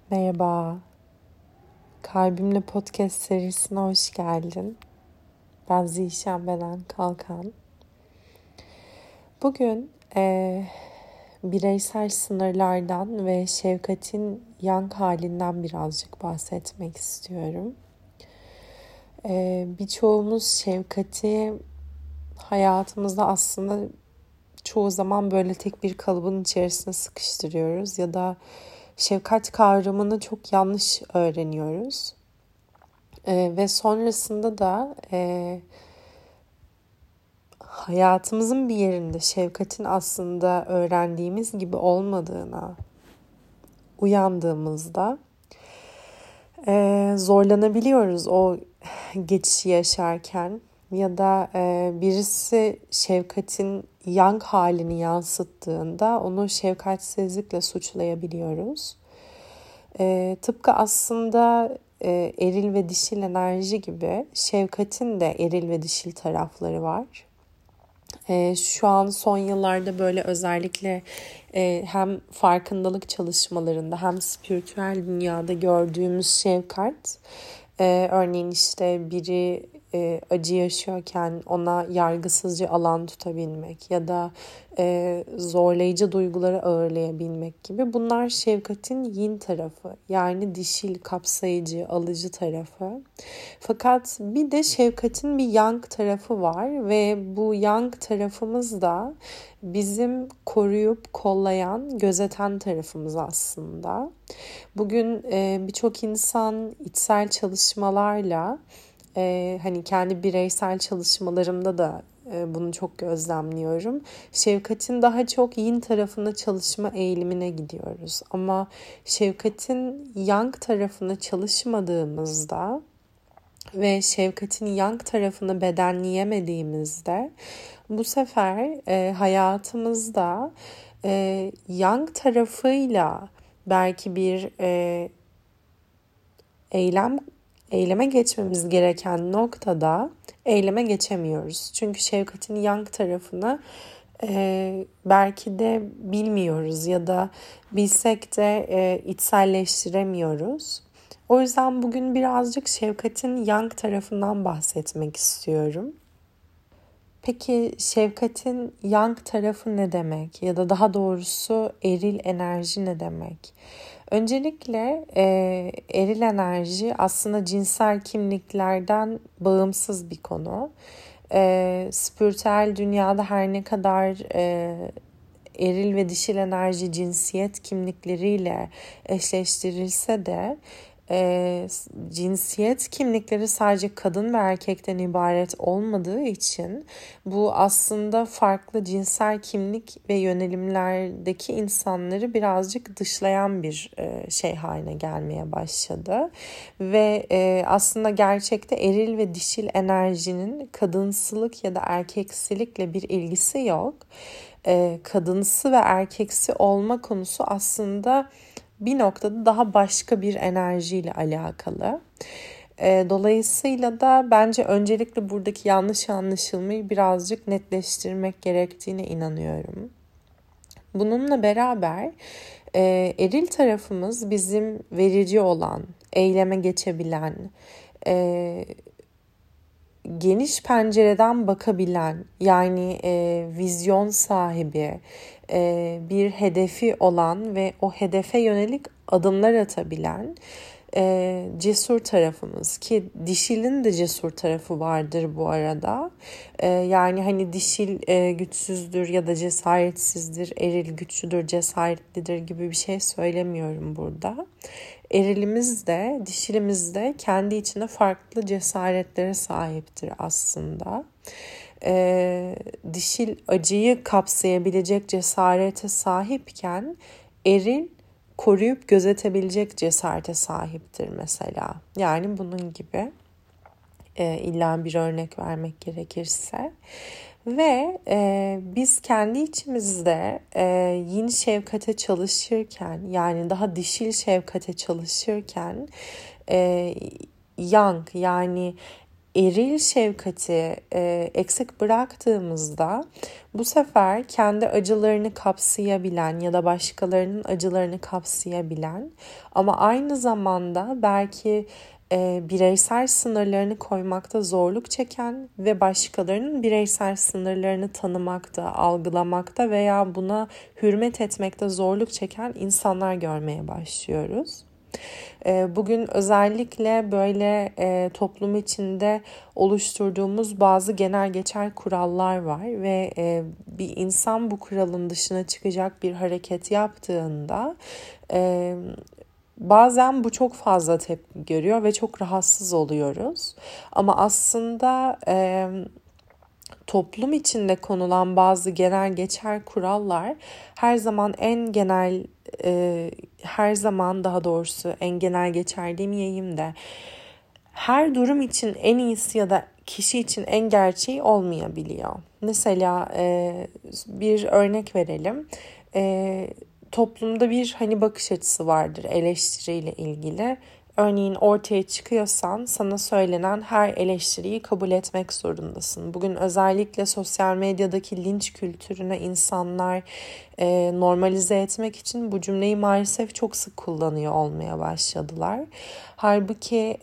Merhaba, Kalbimle Podcast serisine hoş geldin. Ben Zişan Belen Kalkan. Bugün bireysel sınırlardan ve şefkatin yang halinden birazcık bahsetmek istiyorum. Birçoğumuz şefkati hayatımızda aslında çoğu zaman böyle tek bir kalıbın içerisine sıkıştırıyoruz ya da şefkat kavramını çok yanlış öğreniyoruz. Ve sonrasında da hayatımızın bir yerinde şefkatin aslında öğrendiğimiz gibi olmadığına uyandığımızda zorlanabiliyoruz o geçişi yaşarken ya da birisi şefkatin yang halini yansıttığında onu şefkatsizlikle suçlayabiliyoruz. Tıpkı aslında eril ve dişil enerji gibi şefkatin de eril ve dişil tarafları var. Şu an son yıllarda böyle özellikle hem farkındalık çalışmalarında hem spiritüel dünyada gördüğümüz şefkat, örneğin işte biri acı yaşıyorken ona yargısızca alan tutabilmek ya da zorlayıcı duyguları ağırlayabilmek gibi bunlar şefkatin yin tarafı, yani dişil, kapsayıcı, alıcı tarafı. Fakat bir de şefkatin bir yang tarafı var ve bu yang tarafımız da bizim koruyup kollayan, gözeten tarafımız aslında. Bugün birçok insan içsel çalışmalarla, hani kendi bireysel çalışmalarımda da bunu çok gözlemliyorum. Şefkatin daha çok yin tarafına çalışma eğilimine gidiyoruz. Ama şefkatin yang tarafına çalışmadığımızda ve şefkatin yang tarafını bedenleyemediğimizde bu sefer hayatımızda yang tarafıyla belki bir eyleme geçmemiz gereken noktada eyleme geçemiyoruz. Çünkü şefkatin yang tarafını belki de bilmiyoruz ya da bilsek de içselleştiremiyoruz. O yüzden bugün birazcık şefkatin yang tarafından bahsetmek istiyorum. Peki şefkatin yang tarafı ne demek? Ya da daha doğrusu eril enerji ne demek? Öncelikle eril enerji aslında cinsel kimliklerden bağımsız bir konu. Spiritüel dünyada her ne kadar eril ve dişil enerji cinsiyet kimlikleriyle eşleştirilse de cinsiyet kimlikleri sadece kadın ve erkekten ibaret olmadığı için bu aslında farklı cinsel kimlik ve yönelimlerdeki insanları birazcık dışlayan bir şey haline gelmeye başladı. Ve aslında gerçekte eril ve dişil enerjinin kadınsılık ya da erkeksilikle bir ilgisi yok. Kadınsı ve erkeksi olma konusu aslında bir noktada daha başka bir enerjiyle alakalı. Dolayısıyla da bence öncelikle buradaki yanlış anlaşılmayı birazcık netleştirmek gerektiğine inanıyorum. Bununla beraber eril tarafımız bizim verici olan, eyleme geçebilen, geniş pencereden bakabilen, yani vizyon sahibi, bir hedefi olan ve o hedefe yönelik adımlar atabilen cesur tarafımız, ki dişilin de cesur tarafı vardır bu arada. Yani hani dişil güçsüzdür ya da cesaretsizdir, eril güçlüdür, cesaretlidir gibi bir şey söylemiyorum burada. Erilimiz de dişilimiz de kendi içinde farklı cesaretlere sahiptir aslında. Dişil acıyı kapsayabilecek cesarete sahipken eril koruyup gözetebilecek cesarete sahiptir mesela. Yani bunun gibi illa bir örnek vermek gerekirse. Ve biz kendi içimizde yin şefkate çalışırken, yani daha dişil şefkate çalışırken yang, yani eril şefkati eksik bıraktığımızda bu sefer kendi acılarını kapsayabilen ya da başkalarının acılarını kapsayabilen ama aynı zamanda belki bireysel sınırlarını koymakta zorluk çeken ve başkalarının bireysel sınırlarını tanımakta, algılamakta veya buna hürmet etmekte zorluk çeken insanlar görmeye başlıyoruz. Bugün özellikle böyle toplum içinde oluşturduğumuz bazı genel geçer kurallar var ve bir insan bu kuralın dışına çıkacak bir hareket yaptığında bazen bu çok fazla tepki görüyor ve çok rahatsız oluyoruz. Ama aslında toplum içinde konulan bazı genel geçer kurallar her zaman en genel geçer demeyeyim de her durum için en iyisi ya da kişi için en gerçeği olmayabiliyor. Mesela bir örnek verelim. Toplumda bir bakış açısı vardır eleştiriyle ilgili. Örneğin ortaya çıkıyorsan sana söylenen her eleştiriyi kabul etmek zorundasın. Bugün özellikle sosyal medyadaki linç kültürüne insanlar normalize etmek için bu cümleyi maalesef çok sık kullanıyor olmaya başladılar. Halbuki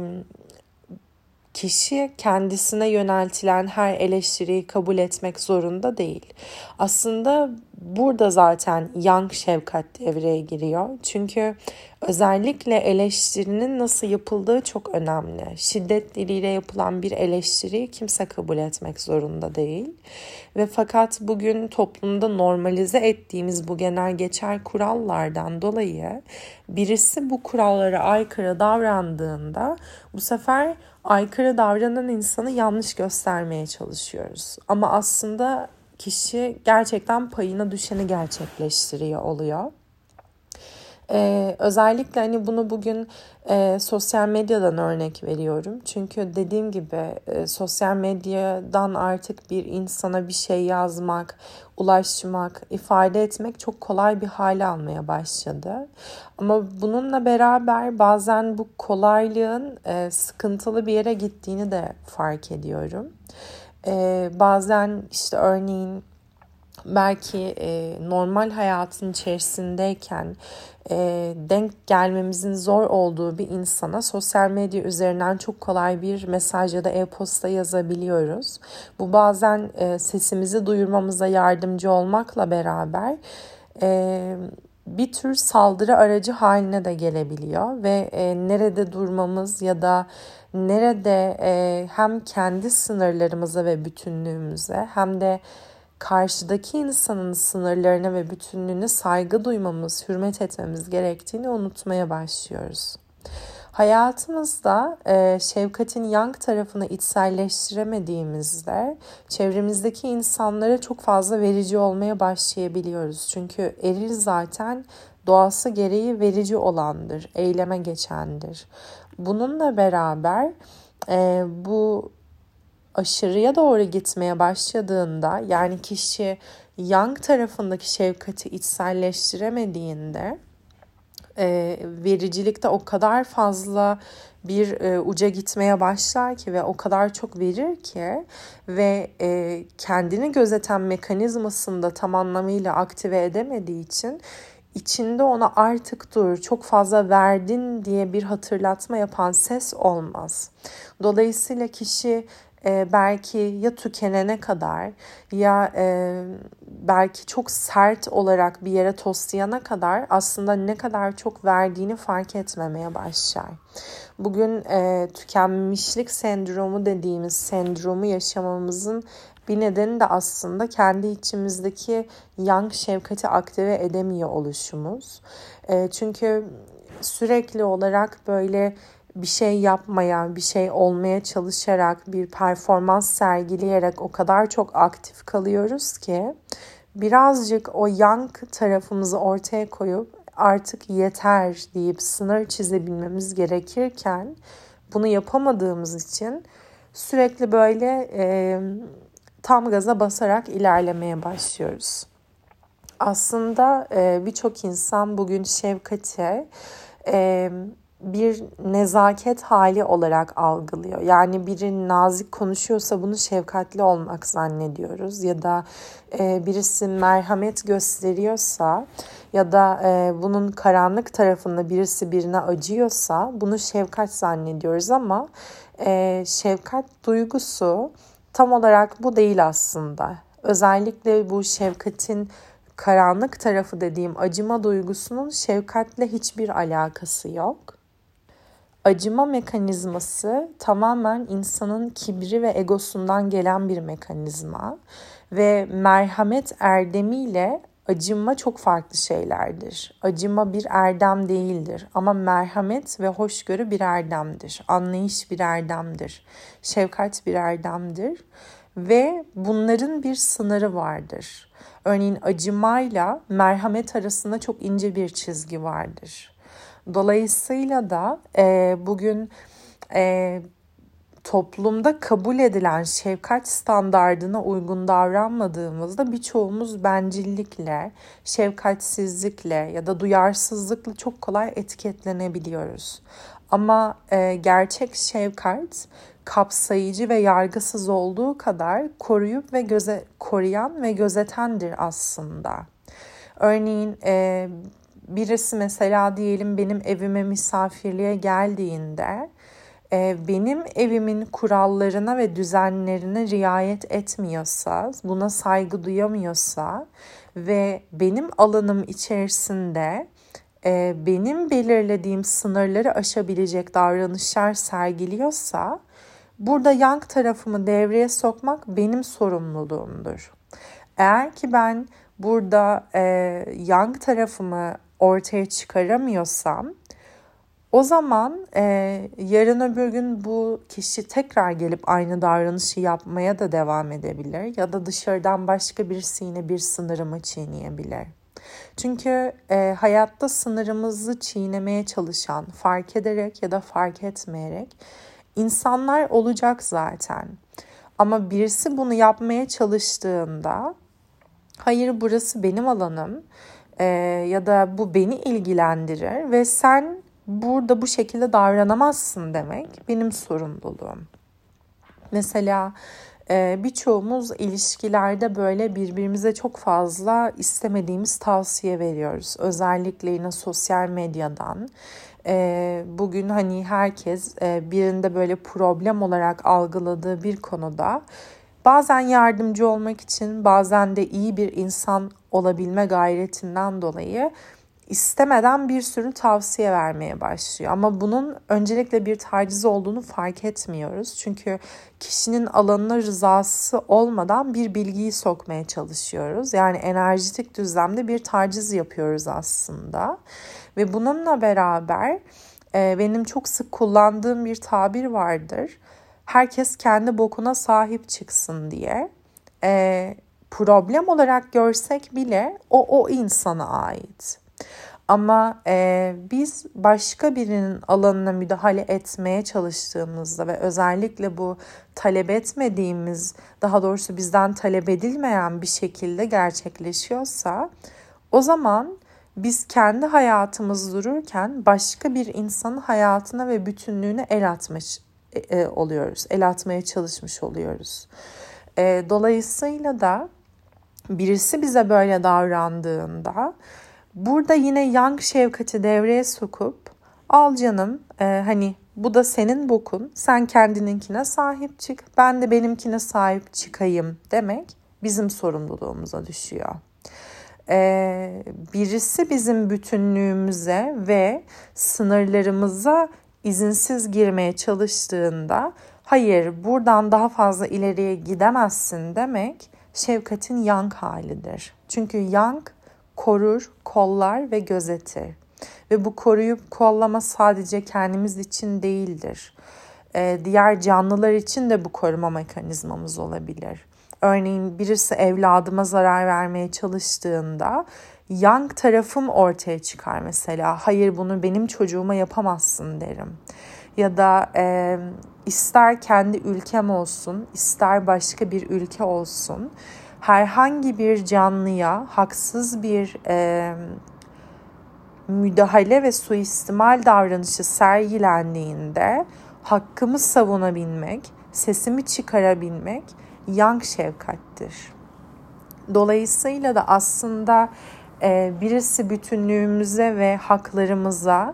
kişi kendisine yöneltilen her eleştiriyi kabul etmek zorunda değil. Aslında burada zaten yang şefkat devreye giriyor. Çünkü özellikle eleştirinin nasıl yapıldığı çok önemli. Şiddet diliyle yapılan bir eleştiriyi kimse kabul etmek zorunda değil. Ve fakat bugün toplumda normalize ettiğimiz bu genel geçer kurallardan dolayı birisi bu kurallara aykırı davrandığında bu sefer aykırı davranan insanı yanlış göstermeye çalışıyoruz. Ama aslında kişi gerçekten payına düşeni gerçekleştiriyor oluyor. Özellikle bunu bugün sosyal medyadan örnek veriyorum. Çünkü dediğim gibi sosyal medyadan artık bir insana bir şey yazmak, ulaşmak, ifade etmek çok kolay bir hale almaya başladı. Ama bununla beraber bazen bu kolaylığın sıkıntılı bir yere gittiğini de fark ediyorum. Bazen örneğin belki normal hayatın içerisindeyken denk gelmemizin zor olduğu bir insana sosyal medya üzerinden çok kolay bir mesaj ya da e-posta yazabiliyoruz. Bu bazen sesimizi duyurmamıza yardımcı olmakla beraber bir tür saldırı aracı haline de gelebiliyor ve nerede durmamız ya da nerede hem kendi sınırlarımıza ve bütünlüğümüze hem de karşıdaki insanın sınırlarına ve bütünlüğüne saygı duymamız, hürmet etmemiz gerektiğini unutmaya başlıyoruz. Hayatımızda şefkatin yang tarafını içselleştiremediğimizde çevremizdeki insanlara çok fazla verici olmaya başlayabiliyoruz. Çünkü eril zaten doğası gereği verici olandır, eyleme geçendir. Bununla beraber bu aşırıya doğru gitmeye başladığında yani kişi yang tarafındaki şefkati içselleştiremediğinde vericilikte o kadar fazla bir uca gitmeye başlar ki ve o kadar çok verir ki ve kendini gözeten mekanizmasını da tam anlamıyla aktive edemediği için içinde ona artık dur çok fazla verdin diye bir hatırlatma yapan ses olmaz. Dolayısıyla kişi belki ya tükenene kadar ya belki çok sert olarak bir yere toslayana kadar aslında ne kadar çok verdiğini fark etmemeye başlar. Bugün tükenmişlik sendromu dediğimiz sendromu yaşamamızın bir nedeni de aslında kendi içimizdeki yang şefkati aktive edemiyor oluşumuz. Çünkü sürekli olarak böyle bir şey yapmaya, bir şey olmaya çalışarak, bir performans sergileyerek o kadar çok aktif kalıyoruz ki birazcık o yang tarafımızı ortaya koyup artık yeter deyip sınır çizebilmemiz gerekirken bunu yapamadığımız için sürekli böyle tam gaza basarak ilerlemeye başlıyoruz. Aslında birçok insan bugün şefkati bir nezaket hali olarak algılıyor. Yani biri nazik konuşuyorsa bunu şefkatli olmak zannediyoruz. Ya da birisi merhamet gösteriyorsa ya da bunun karanlık tarafında birisi birine acıyorsa bunu şefkat zannediyoruz ama şefkat duygusu tam olarak bu değil aslında. Özellikle bu şefkatin karanlık tarafı dediğim acıma duygusunun şefkatle hiçbir alakası yok. Acıma mekanizması tamamen insanın kibri ve egosundan gelen bir mekanizma ve merhamet erdemiyle acıma çok farklı şeylerdir. Acıma bir erdem değildir ama merhamet ve hoşgörü bir erdemdir. Anlayış bir erdemdir. Şefkat bir erdemdir ve bunların bir sınırı vardır. Örneğin acımayla merhamet arasında çok ince bir çizgi vardır. Dolayısıyla da bugün toplumda kabul edilen şefkat standardına uygun davranmadığımızda birçoğumuz bencillikle, şefkatsizlikle ya da duyarsızlıkla çok kolay etiketlenebiliyoruz. Ama gerçek şefkat kapsayıcı ve yargısız olduğu kadar koruyup ve koruyan ve gözetendir aslında. Örneğin birisi mesela diyelim benim evime misafirliğe geldiğinde benim evimin kurallarına ve düzenlerine riayet etmiyorsa, buna saygı duyamıyorsa ve benim alanım içerisinde benim belirlediğim sınırları aşabilecek davranışlar sergiliyorsa, burada yang tarafımı devreye sokmak benim sorumluluğumdur. Eğer ki ben burada yang tarafımı ortaya çıkaramıyorsam, o zaman yarın öbür gün bu kişi tekrar gelip aynı davranışı yapmaya da devam edebilir. Ya da dışarıdan başka birisi yine bir sınırımı çiğneyebilir. Çünkü hayatta sınırımızı çiğnemeye çalışan, fark ederek ya da fark etmeyerek insanlar olacak zaten. Ama birisi bunu yapmaya çalıştığında, hayır burası benim alanım ya da bu beni ilgilendirir ve sen burada bu şekilde davranamazsın demek benim sorumluluğum. Mesela birçoğumuz ilişkilerde böyle birbirimize çok fazla istemediğimiz tavsiye veriyoruz. Özellikle yine sosyal medyadan. Bugün hani herkes birinde böyle problem olarak algıladığı bir konuda bazen yardımcı olmak için, bazen de iyi bir insan olabilme gayretinden dolayı istemeden bir sürü tavsiye vermeye başlıyor. Ama bunun öncelikle bir taciz olduğunu fark etmiyoruz. Çünkü kişinin alanına rızası olmadan bir bilgiyi sokmaya çalışıyoruz. Yani enerjitik düzlemde bir taciz yapıyoruz aslında. Ve bununla beraber benim çok sık kullandığım bir tabir vardır. Herkes kendi bokuna sahip çıksın diye. Problem olarak görsek bile o insana ait. Ama biz başka birinin alanına müdahale etmeye çalıştığımızda ve özellikle bu talep etmediğimiz, daha doğrusu bizden talep edilmeyen bir şekilde gerçekleşiyorsa, o zaman biz kendi hayatımız dururken başka bir insanın hayatına ve bütünlüğüne el atmış oluyoruz. El atmaya çalışmış oluyoruz. Dolayısıyla da birisi bize böyle davrandığında burada yine yang şefkati devreye sokup al canım hani bu da senin bokun, sen kendininkine sahip çık, ben de benimkine sahip çıkayım demek bizim sorumluluğumuza düşüyor. Birisi bizim bütünlüğümüze ve sınırlarımıza izinsiz girmeye çalıştığında hayır buradan daha fazla ileriye gidemezsin demek şefkatin yang halidir. Çünkü yang korur, kollar ve gözetir. Ve bu koruyup kollama sadece kendimiz için değildir. Diğer canlılar için de bu koruma mekanizmamız olabilir. Örneğin birisi evladıma zarar vermeye çalıştığında yang tarafım ortaya çıkar mesela. Hayır bunu benim çocuğuma yapamazsın derim. Ya da ister kendi ülkem olsun, ister başka bir ülke olsun, herhangi bir canlıya haksız bir müdahale ve suistimal davranışı sergilendiğinde hakkımı savunabilmek, sesimi çıkarabilmek yang şefkattir. Dolayısıyla da aslında birisi bütünlüğümüze ve haklarımıza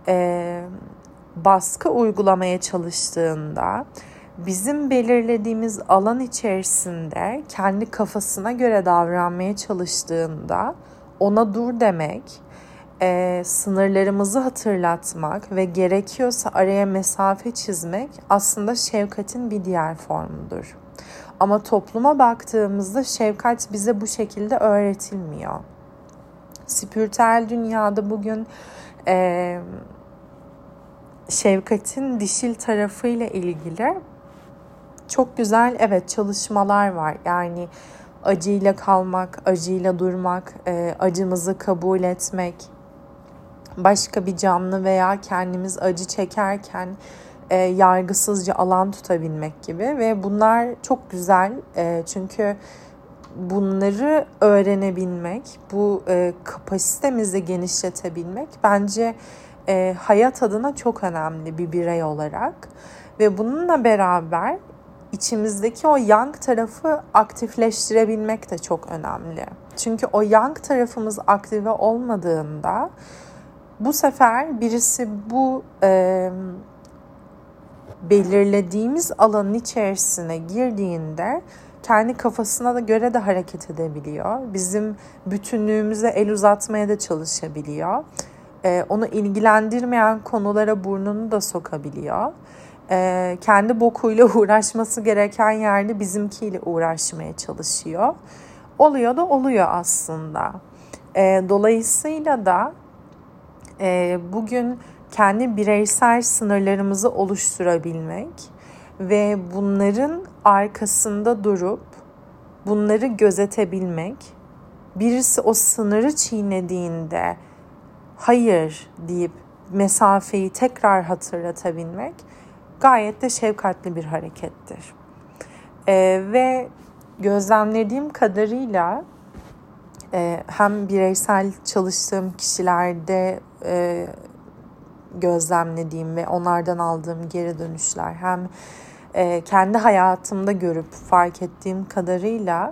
baskı uygulamaya çalıştığında, bizim belirlediğimiz alan içerisinde kendi kafasına göre davranmaya çalıştığında ona dur demek, sınırlarımızı hatırlatmak ve gerekiyorsa araya mesafe çizmek aslında şefkatin bir diğer formudur. Ama topluma baktığımızda şefkat bize bu şekilde öğretilmiyor. Spiritüel dünyada bugün şefkatin dişil tarafıyla ilgili çok güzel çalışmalar var. Yani acıyla kalmak, acıyla durmak, acımızı kabul etmek, başka bir canlı veya kendimiz acı çekerken yargısızca alan tutabilmek gibi ve bunlar çok güzel çünkü bunları öğrenebilmek, bu kapasitemizi genişletebilmek bence hayat adına çok önemli bir birey olarak ve bununla beraber içimizdeki o yang tarafı aktifleştirebilmek de çok önemli. Çünkü o yang tarafımız aktive olmadığında bu sefer birisi bu belirlediğimiz alanın içerisine girdiğinde kendi kafasına da göre de hareket edebiliyor. Bizim bütünlüğümüze el uzatmaya da çalışabiliyor. Onu ilgilendirmeyen konulara burnunu da sokabiliyor. Kendi bokuyla uğraşması gereken yerde bizimkiyle uğraşmaya çalışıyor. Oluyor da oluyor aslında. Dolayısıyla da bugün kendi bireysel sınırlarımızı oluşturabilmek ve bunların arkasında durup bunları gözetebilmek, birisi o sınırı çiğnediğinde hayır deyip mesafeyi tekrar hatırlatabilmek gayet de şefkatli bir harekettir. Ve gözlemlediğim kadarıyla hem bireysel çalıştığım kişilerde gözlemlediğim ve onlardan aldığım geri dönüşler hem kendi hayatımda görüp fark ettiğim kadarıyla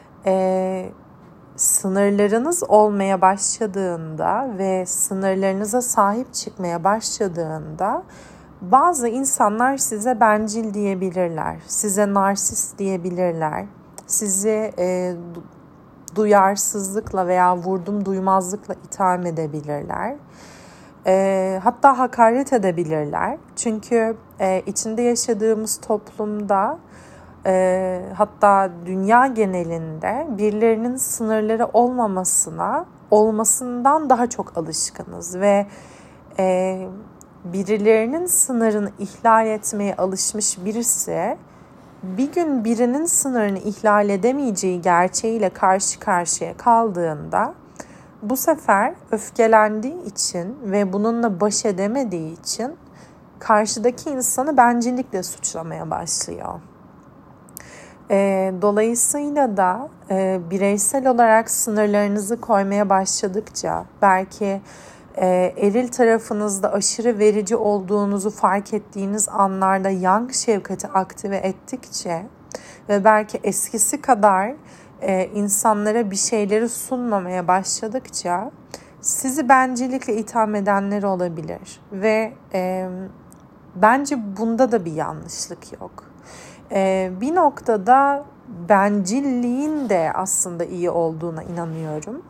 sınırlarınız olmaya başladığında ve sınırlarınıza sahip çıkmaya başladığında bazı insanlar size bencil diyebilirler, size narsist diyebilirler, sizi duyarsızlıkla veya vurdum duymazlıkla itham edebilirler. Hatta hakaret edebilirler. Çünkü içinde yaşadığımız toplumda hatta dünya genelinde birilerinin sınırları olmasından daha çok alışkınız ve birilerinin sınırını ihlal etmeye alışmış birisi bir gün birinin sınırını ihlal edemeyeceği gerçeğiyle karşı karşıya kaldığında bu sefer öfkelendiği için ve bununla baş edemediği için karşıdaki insanı bencillikle suçlamaya başlıyor. Dolayısıyla da bireysel olarak sınırlarınızı koymaya başladıkça belki eril tarafınızda aşırı verici olduğunuzu fark ettiğiniz anlarda yang şefkati aktive ettikçe ve belki eskisi kadar insanlara bir şeyleri sunmamaya başladıkça sizi bencillikle itham edenler olabilir ve bence bunda da bir yanlışlık yok. Bir noktada bencilliğin de aslında iyi olduğuna inanıyorum.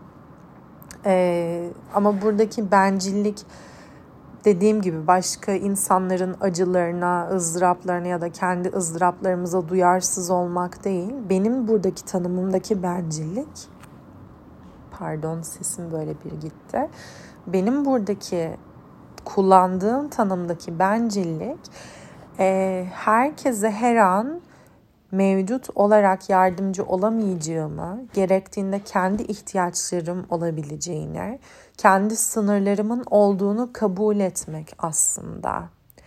Ama buradaki bencillik dediğim gibi başka insanların acılarına, ızdıraplarına ya da kendi ızdıraplarımıza duyarsız olmak değil. Benim buradaki tanımımdaki bencillik, pardon sesim böyle bir gitti. Benim buradaki kullandığım tanımdaki bencillik herkese her an mevcut olarak yardımcı olamayacağımı, gerektiğinde kendi ihtiyaçlarım olabileceğini, kendi sınırlarımın olduğunu kabul etmek aslında.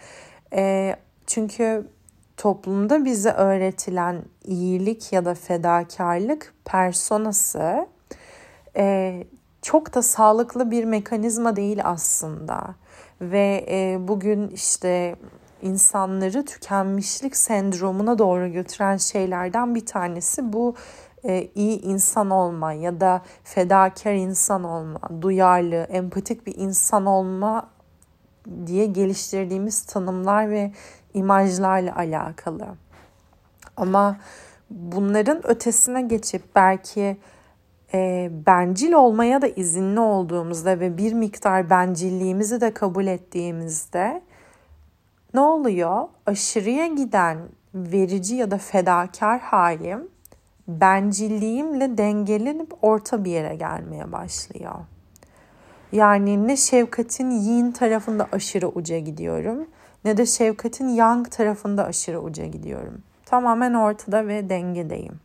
Çünkü toplumda bize öğretilen iyilik ya da fedakarlık personası çok da sağlıklı bir mekanizma değil aslında. Ve bugün işte insanları tükenmişlik sendromuna doğru götüren şeylerden bir tanesi bu iyi insan olma ya da fedakar insan olma, duyarlı, empatik bir insan olma diye geliştirdiğimiz tanımlar ve imajlarla alakalı. Ama bunların ötesine geçip belki bencil olmaya da izinli olduğumuzda ve bir miktar bencilliğimizi de kabul ettiğimizde ne oluyor? Aşırıya giden verici ya da fedakar halim bencilliğimle dengelenip orta bir yere gelmeye başlıyor. Yani ne şefkatin yin tarafında aşırı uca gidiyorum ne de şefkatin yang tarafında aşırı uca gidiyorum. Tamamen ortada ve dengedeyim.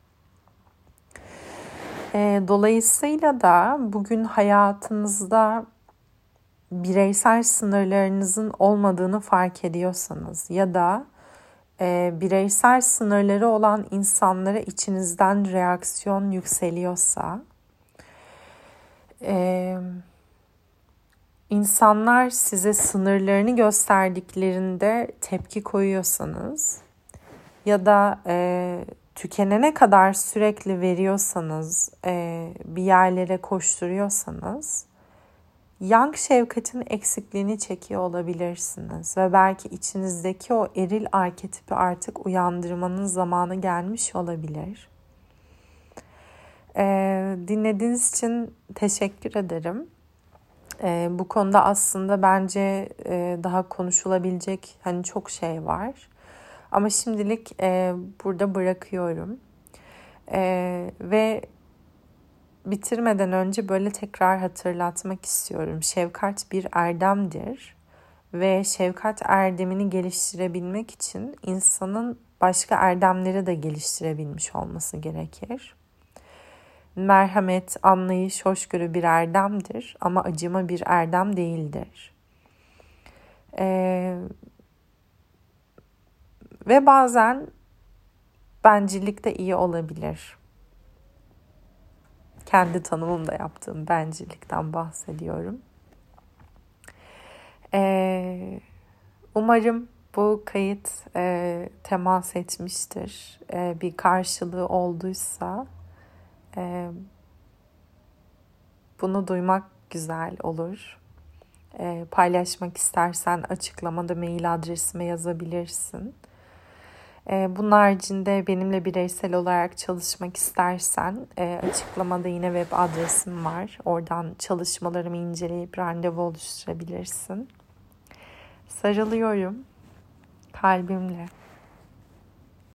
Dolayısıyla da bugün hayatınızda bireysel sınırlarınızın olmadığını fark ediyorsanız ya da bireysel sınırları olan insanlara içinizden reaksiyon yükseliyorsa, insanlar size sınırlarını gösterdiklerinde tepki koyuyorsanız ya da tükenene kadar sürekli veriyorsanız, bir yerlere koşturuyorsanız, yang şefkatin eksikliğini çekiyor olabilirsiniz. Ve belki içinizdeki o eril arketipi artık uyandırmanın zamanı gelmiş olabilir. Dinlediğiniz için teşekkür ederim. Bu konuda aslında bence daha konuşulabilecek çok şey var. Ama şimdilik burada bırakıyorum. Ve bitirmeden önce böyle tekrar hatırlatmak istiyorum. Şefkat bir erdemdir. Ve şefkat erdemini geliştirebilmek için insanın başka erdemleri de geliştirebilmiş olması gerekir. Merhamet, anlayış, hoşgörü bir erdemdir ama acıma bir erdem değildir. Ve bazen bencillik de iyi olabilir. Kendi tanımımda yaptığım bencillikten bahsediyorum. Umarım bu kayıt temas etmiştir. Bir karşılığı olduysa bunu duymak güzel olur. Paylaşmak istersen açıklamada mail adresime yazabilirsin. Bunun haricinde benimle bireysel olarak çalışmak istersen açıklamada yine web adresim var. Oradan çalışmalarımı inceleyip randevu oluşturabilirsin. Sarılıyorum kalbimle.